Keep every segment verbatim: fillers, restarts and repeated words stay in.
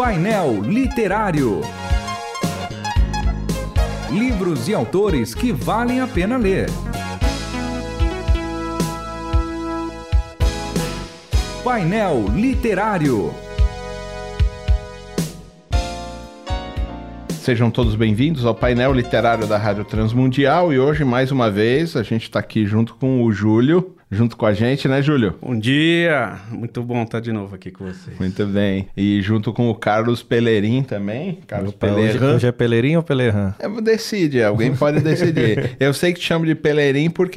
Painel Literário. Livros e autores que valem a pena ler. Painel Literário. Sejam todos bem-vindos ao Painel Literário da Rádio Transmundial e hoje, mais uma vez, a gente está aqui junto com o Júlio, junto com a gente, né, Júlio? Bom dia! Muito bom estar de novo aqui com vocês. Muito bem. E junto com o Carlos Pelerim também. Carlos Pelerim. Hoje, hoje é Pelerim ou Pelerim? É, decide, alguém pode decidir. Eu sei que te chamo de Pelerim porque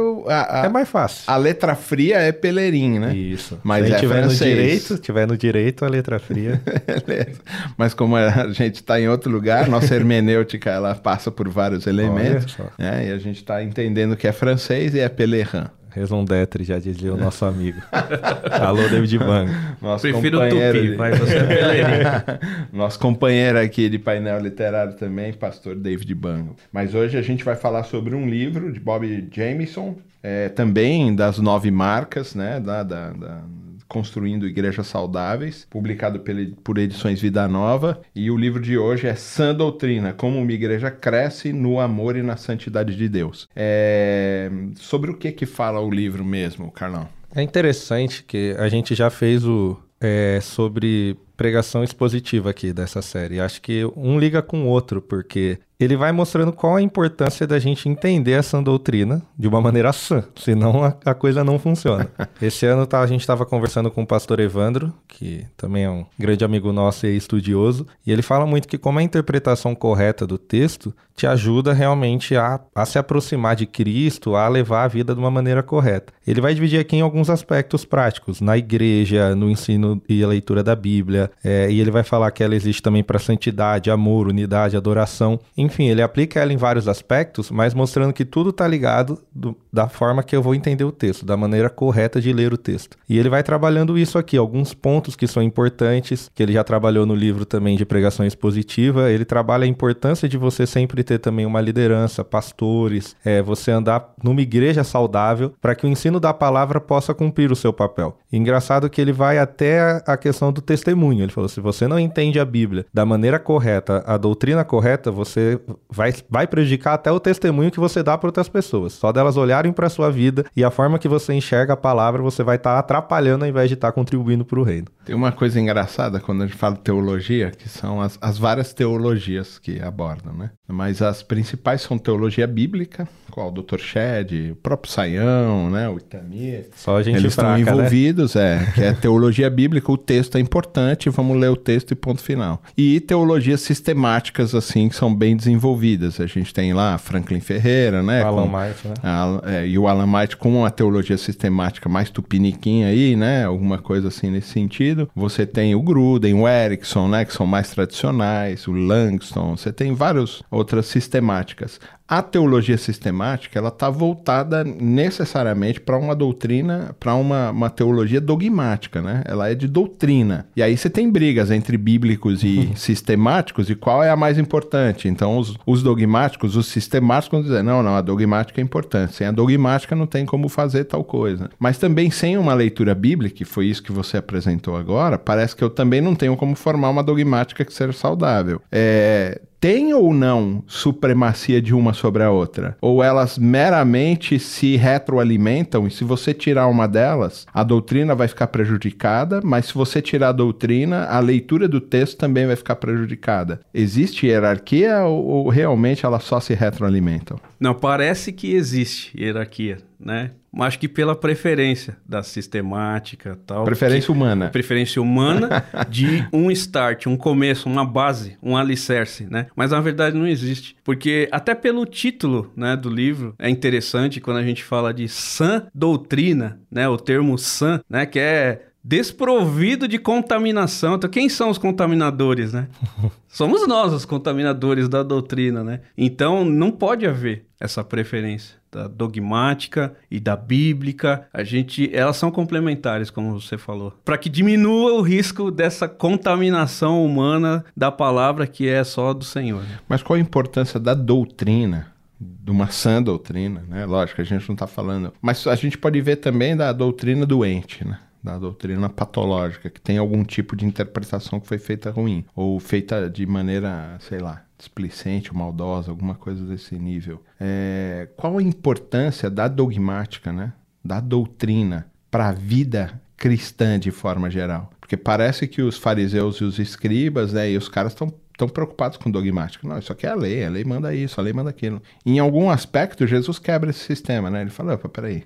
a, a, é mais fácil. A letra fria é Pelerim, né? Isso. Mas se é tiver francês. no direito, tiver no direito, a letra fria. Beleza. Mas como a gente está em outro lugar, nossa hermenêutica ela passa por vários elementos. Né? E a gente está entendendo que é francês e é Pelerim. Raison d'être, já dizia o nosso amigo. Alô, David Bang. Nosso Prefiro o Tupi, de... mas você é Pelerim. Nosso companheiro aqui de painel literário também, pastor David Bang. Mas hoje a gente vai falar sobre um livro de Bob Jamieson, é, também das nove marcas, né, da... da, da... Construindo Igrejas Saudáveis, publicado por Edições Vida Nova. E o livro de hoje é Sã Doutrina, como uma igreja cresce no amor e na santidade de Deus. É... Sobre o que que fala o livro mesmo, Carlão? É interessante que a gente já fez o é, sobre pregação expositiva aqui dessa série. Acho que um liga com o outro, porque ele vai mostrando qual a importância da gente entender a sã doutrina de uma maneira sã, senão a, a coisa não funciona. Esse ano tá, a gente estava conversando com o pastor Evandro, que também é um grande amigo nosso e estudioso, e ele fala muito que como a interpretação correta do texto te ajuda realmente a, a se aproximar de Cristo, a levar a vida de uma maneira correta. Ele vai dividir aqui em alguns aspectos práticos, na igreja, no ensino e a leitura da Bíblia, é, e ele vai falar que ela existe também para santidade, amor, unidade, adoração. Enfim, ele aplica ela em vários aspectos, mas mostrando que tudo está ligado do, da forma que eu vou entender o texto, da maneira correta de ler o texto. E ele vai trabalhando isso aqui, alguns pontos que são importantes, que ele já trabalhou no livro também de pregação expositiva. Ele trabalha a importância de você sempre ter também uma liderança, pastores, é, você andar numa igreja saudável para que o ensino da palavra possa cumprir o seu papel. E engraçado que ele vai até a questão do testemunho. Ele falou, se você não entende a Bíblia da maneira correta, a doutrina correta, você vai, vai prejudicar até o testemunho que você dá para outras pessoas. Só delas olharem para a sua vida e a forma que você enxerga a palavra, você vai estar tá atrapalhando ao invés de estar tá contribuindo para o reino. Tem uma coisa engraçada quando a gente fala de teologia, que são as, as várias teologias que abordam, né? Mas as principais são teologia bíblica, qual o doutor Shedd, o próprio Saião, né? O Itamir. Só a gente Eles fraca, estão envolvidos, né? é, que é teologia bíblica, o texto é importante, vamos ler o texto e ponto final. E teologias sistemáticas, assim, que são bem desenvolvidas. A gente tem lá Franklin Ferreira, né? O Alan com, White, né? A, é, e o Alan White com uma teologia sistemática mais tupiniquim aí, né? Alguma coisa assim nesse sentido. Você tem o Gruden, o Erickson, né? Que são mais tradicionais, o Langston, você tem várias outras sistemáticas. A teologia sistemática, ela está voltada necessariamente para uma doutrina, para uma, uma teologia dogmática, né? Ela é de doutrina. E aí você tem brigas entre bíblicos e sistemáticos, e qual é a mais importante? Então, os, os dogmáticos, os sistemáticos vão dizer, não, não, a dogmática é importante. Sem a dogmática não tem como fazer tal coisa. Mas também sem uma leitura bíblica, que foi isso que você apresentou agora, parece que eu também não tenho como formar uma dogmática que seja saudável. É... Tem ou não supremacia de uma sobre a outra? Ou elas meramente se retroalimentam e se você tirar uma delas, a doutrina vai ficar prejudicada, mas se você tirar a doutrina, a leitura do texto também vai ficar prejudicada. Existe hierarquia ou, ou realmente elas só se retroalimentam? Não, parece que existe hierarquia, né? Mas acho que pela preferência da sistemática tal. Preferência que, humana. Preferência humana de um start, um começo, uma base, um alicerce, né? Mas na verdade não existe. Porque até pelo título, né, do livro, é interessante quando a gente fala de sã doutrina, né? O termo sã, né? Que é desprovido de contaminação. Então, quem são os contaminadores, né? Somos nós os contaminadores da doutrina, né? Então, não pode haver essa preferência da dogmática e da bíblica. A gente, elas são complementares, como você falou, para que diminua o risco dessa contaminação humana da palavra que é só do Senhor. Mas qual a importância da doutrina? De uma sã doutrina, né? Lógico, a gente não está falando... Mas a gente pode ver também da doutrina doente, né? da doutrina patológica, que tem algum tipo de interpretação que foi feita ruim, ou feita de maneira, sei lá, displicente ou maldosa, alguma coisa desse nível. É, qual a importância da dogmática, né, da doutrina para a vida cristã de forma geral? Porque parece que os fariseus e os escribas, né, e os caras estão estão preocupados com dogmática. Não, isso aqui é a lei, a lei manda isso, a lei manda aquilo. Em algum aspecto, Jesus quebra esse sistema, né? Ele fala, opa, peraí,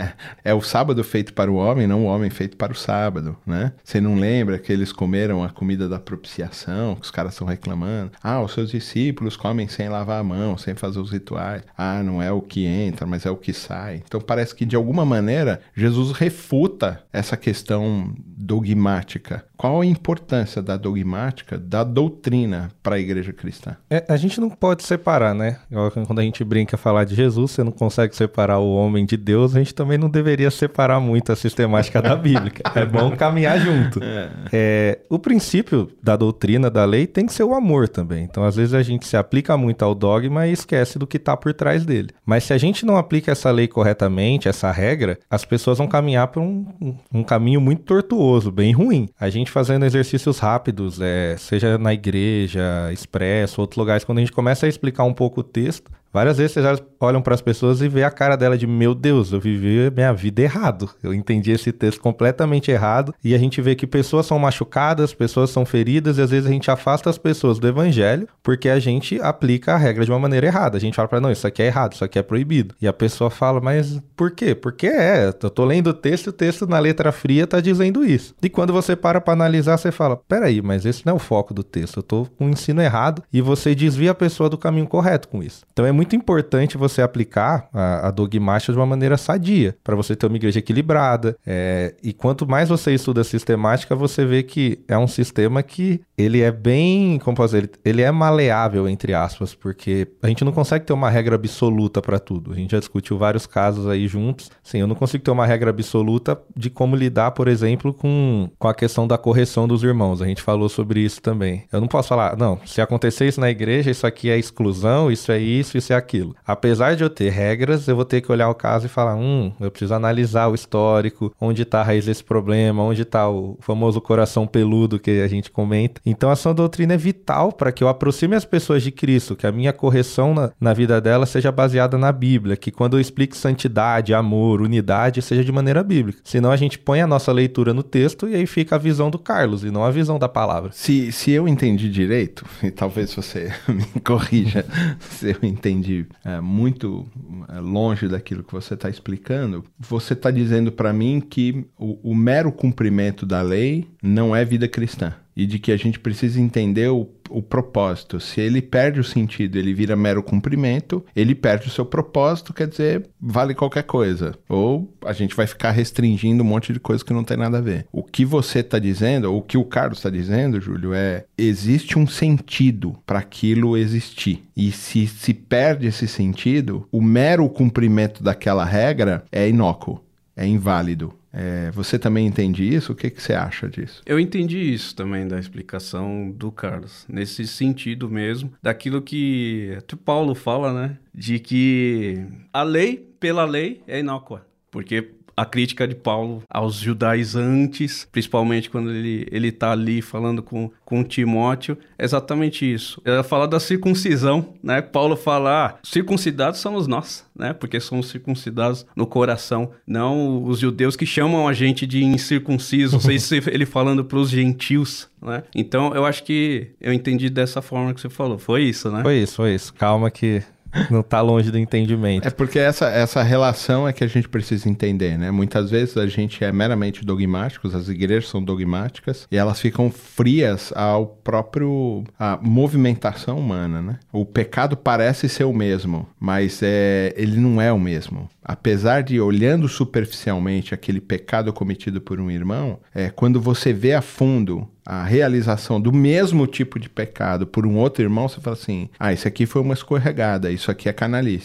é o sábado feito para o homem, não o homem feito para o sábado, né? Você não lembra que eles comeram a comida da propiciação, que os caras estão reclamando? Ah, os seus discípulos comem sem lavar a mão, sem fazer os rituais. Ah, não é o que entra, mas é o que sai. Então parece que, de alguma maneira, Jesus refuta essa questão dogmática. Qual a importância da dogmática, da doutrina para a igreja cristã? É, a gente não pode separar, né? Quando a gente brinca falar de Jesus, você não consegue separar o homem de Deus, a gente também não deveria separar muito a sistemática da Bíblia. É bom caminhar junto. É. É, o princípio da doutrina, da lei, tem que ser o amor também. Então, às vezes, a gente se aplica muito ao dogma e esquece do que está por trás dele. Mas se a gente não aplica essa lei corretamente, essa regra, as pessoas vão caminhar por um, um caminho muito tortuoso, bem ruim. A gente fazendo exercícios rápidos, é, seja na igreja, expresso, outros lugares, quando a gente começa a explicar um pouco o texto, várias vezes vocês olham para as pessoas e vê a cara dela de, meu Deus, eu vivi minha vida errado. Eu entendi esse texto completamente errado. E a gente vê que pessoas são machucadas, pessoas são feridas, e às vezes a gente afasta as pessoas do evangelho porque a gente aplica a regra de uma maneira errada. A gente fala para não, isso aqui é errado, isso aqui é proibido. E a pessoa fala, mas por quê? Porque é, eu tô lendo o texto e o texto na letra fria tá dizendo isso. E quando você para para analisar, você fala, peraí, mas esse não é o foco do texto, eu tô com um ensino errado, e você desvia a pessoa do caminho correto com isso. Então é muito importante você aplicar a, a dogmática de uma maneira sadia, para você ter uma igreja equilibrada. É, e quanto mais você estuda a sistemática, você vê que é um sistema que ele é bem, como posso dizer, ele é maleável, entre aspas, porque a gente não consegue ter uma regra absoluta para tudo. A gente já discutiu vários casos aí juntos. Sim, eu não consigo ter uma regra absoluta de como lidar, por exemplo, com, com a questão da correção dos irmãos. A gente falou sobre isso também. Eu não posso falar, não, se acontecer isso na igreja, isso aqui é exclusão, isso é isso, isso é aquilo. Apesar de eu ter regras, eu vou ter que olhar o caso e falar, hum, eu preciso analisar o histórico, onde está a raiz desse problema, onde está o famoso coração peludo que a gente comenta. Então, a sã doutrina é vital para que eu aproxime as pessoas de Cristo, que a minha correção na, na vida dela seja baseada na Bíblia, que quando eu explique santidade, amor, unidade, seja de maneira bíblica. Senão a gente põe a nossa leitura no texto e aí fica a visão do Carlos e não a visão da palavra. Se, se eu entendi direito, e talvez você me corrija se eu entendi é, muito é, longe daquilo que você está explicando, você está dizendo para mim que o, o mero cumprimento da lei não é vida cristã. E de que a gente precisa entender o, o propósito. Se ele perde o sentido, ele vira mero cumprimento, ele perde o seu propósito, quer dizer, vale qualquer coisa. Ou a gente vai ficar restringindo um monte de coisa que não tem nada a ver. O que você está dizendo, ou o que o Carlos está dizendo, Júlio, é existe um sentido para aquilo existir. E se se perde esse sentido, o mero cumprimento daquela regra é inócuo, é inválido. É, você também entende isso? O que, que você acha disso? Eu entendi isso também da explicação do Carlos, nesse sentido mesmo, daquilo que o Paulo fala, né? De que a lei, pela lei, é inócua, porque a crítica de Paulo aos judaizantes, principalmente quando ele ele está ali falando com, com Timóteo, é exatamente isso. Ela fala da circuncisão, né? Paulo fala, ah, circuncidados somos nós, né? Porque somos circuncidados no coração, não os judeus que chamam a gente de incircuncisos, ele falando para os gentios, né? Então, eu acho que eu entendi dessa forma que você falou. Foi isso, né? Foi isso, foi isso. Calma que não está longe do entendimento. É porque essa, essa relação é que a gente precisa entender, né? Muitas vezes a gente é meramente dogmáticos, as igrejas são dogmáticas e elas ficam frias ao próprio à movimentação humana, né? O pecado parece ser o mesmo, mas é, ele não é o mesmo. Apesar de, olhando superficialmente aquele pecado cometido por um irmão, é, quando você vê a fundo a realização do mesmo tipo de pecado por um outro irmão, você fala assim, ah, isso aqui foi uma escorregada, isso aqui é canalice.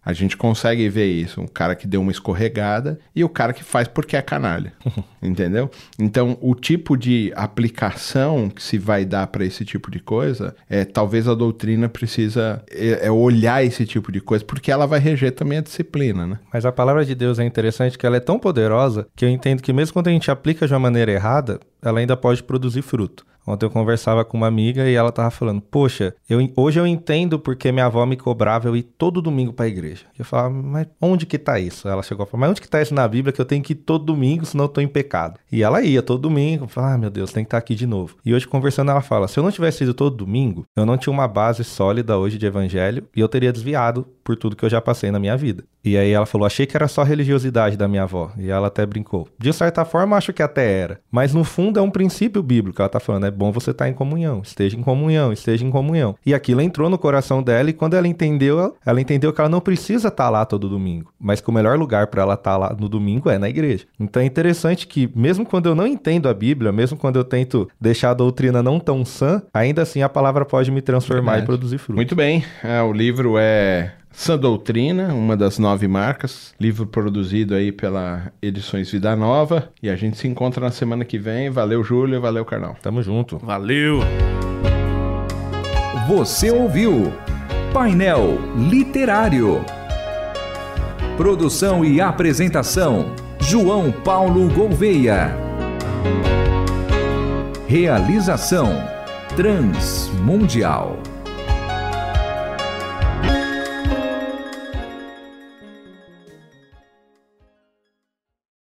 A gente consegue ver isso, um cara que deu uma escorregada e o cara que faz porque é canalha, entendeu? Então, o tipo de aplicação que se vai dar para esse tipo de coisa, é, talvez a doutrina precisa é, é olhar esse tipo de coisa, porque ela vai reger também a disciplina, né? Mas a palavra de Deus é interessante que ela é tão poderosa que eu entendo que mesmo quando a gente aplica de uma maneira errada, ela ainda pode produzir fruto. Ontem eu conversava com uma amiga e ela tava falando, poxa, eu, hoje eu entendo porque minha avó me cobrava eu ir todo domingo pra igreja. Eu falava, mas onde que tá isso? Ela chegou a falar, mas onde que tá isso na Bíblia que eu tenho que ir todo domingo, senão eu tô em pecado? E ela ia todo domingo, eu falava, ah, meu Deus, tem que estar aqui de novo. E hoje conversando ela fala, se eu não tivesse ido todo domingo, eu não tinha uma base sólida hoje de evangelho e eu teria desviado por tudo que eu já passei na minha vida. E aí ela falou, achei que era só religiosidade da minha avó. E ela até brincou. De certa forma, acho que até era. Mas no fundo é um princípio bíblico. Ela tá falando, é bom você estar em comunhão. Esteja em comunhão, esteja em comunhão. E aquilo entrou no coração dela e quando ela entendeu, ela entendeu que ela não precisa estar lá todo domingo. Mas que o melhor lugar para ela estar lá no domingo é na igreja. Então é interessante que, mesmo quando eu não entendo a Bíblia, mesmo quando eu tento deixar a doutrina não tão sã, ainda assim a palavra pode me transformar Verdade. E produzir fruto. Muito bem. É, o livro é... Sã Doutrina, uma das nove marcas, livro produzido aí pela Edições Vida Nova, e a gente se encontra na semana que vem. Valeu, Júlio, valeu, Carnal. Tamo junto. Valeu! Você ouviu Painel Literário. Produção e apresentação, João Paulo Gouveia. Realização, Transmundial.